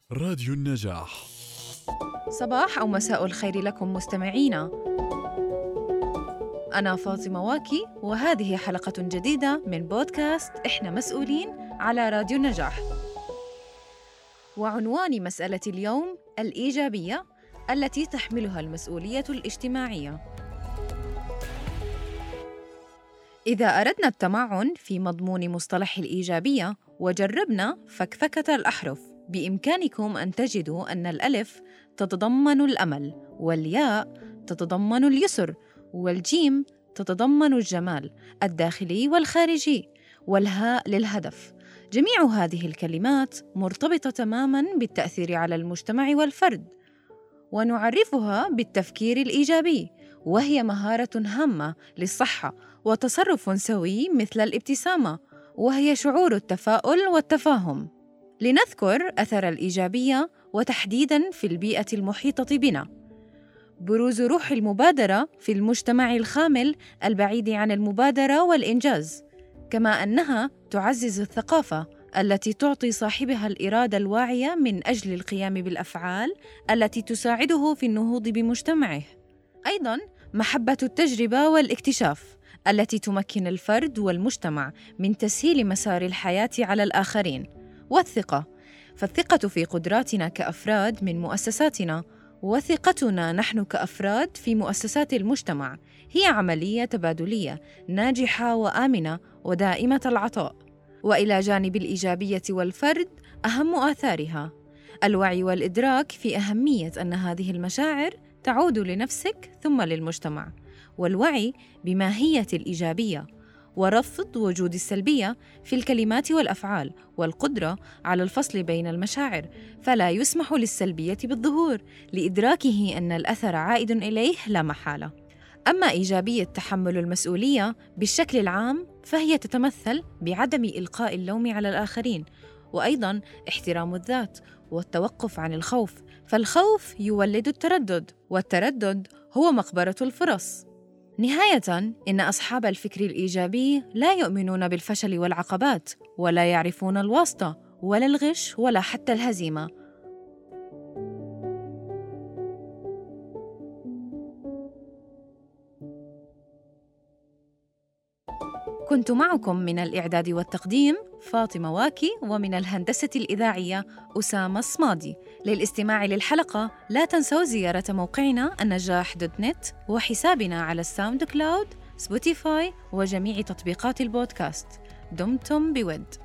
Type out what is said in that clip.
راديو النجاح. صباح أو مساء الخير لكم مستمعينا. أنا فاطمة واكي، وهذه حلقة جديدة من بودكاست إحنا مسؤولين على راديو النجاح. وعنوان مسألة اليوم الإيجابية التي تحملها المسؤولية الاجتماعية. إذا أردنا التمعن في مضمون مصطلح الإيجابية وجربنا فكفكة الأحرف، بإمكانكم أن تجدوا أن الألف تتضمن الأمل، والياء تتضمن اليسر، والجيم تتضمن الجمال الداخلي والخارجي، والهاء للهدف. جميع هذه الكلمات مرتبطة تماماً بالتأثير على المجتمع والفرد، ونعرفها بالتفكير الإيجابي، وهي مهارة هامة للصحة وتصرف سوي مثل الابتسامة، وهي شعور التفاؤل والتفاهم. لنذكر أثر الإيجابية وتحديداً في البيئة المحيطة بنا: بروز روح المبادرة في المجتمع الخامل البعيد عن المبادرة والإنجاز، كما أنها تعزز الثقافة التي تعطي صاحبها الإرادة الواعية من أجل القيام بالأفعال التي تساعده في النهوض بمجتمعه. أيضاً محبة التجربة والاكتشاف التي تمكن الفرد والمجتمع من تسهيل مسار الحياة على الآخرين. والثقة، فالثقة في قدراتنا كأفراد من مؤسساتنا، وثقتنا نحن كأفراد في مؤسسات المجتمع، هي عملية تبادلية ناجحة وآمنة ودائمة العطاء. وإلى جانب الإيجابية والفرد، أهم آثارها الوعي والإدراك في أهمية أن هذه المشاعر تعود لنفسك ثم للمجتمع، والوعي بماهية الإيجابية، ورفض وجود السلبية في الكلمات والأفعال، والقدرة على الفصل بين المشاعر، فلا يسمح للسلبية بالظهور لإدراكه أن الأثر عائد إليه لا محالة. أما إيجابية تحمل المسؤولية بالشكل العام، فهي تتمثل بعدم إلقاء اللوم على الآخرين، وأيضاً احترام الذات والتوقف عن الخوف، فالخوف يولد التردد، والتردد هو مقبرة الفرص. نهاية، إن أصحاب الفكر الإيجابي لا يؤمنون بالفشل والعقبات، ولا يعرفون الواسطة ولا الغش ولا حتى الهزيمة. كنت معكم من الإعداد والتقديم فاطمة واكي، ومن الهندسة الإذاعية أسامة الصمادي. للاستماع للحلقة لا تنسوا زيارة موقعنا النجاح.net، وحسابنا على الساوند كلاود، سبوتيفاي، وجميع تطبيقات البودكاست. دمتم بود.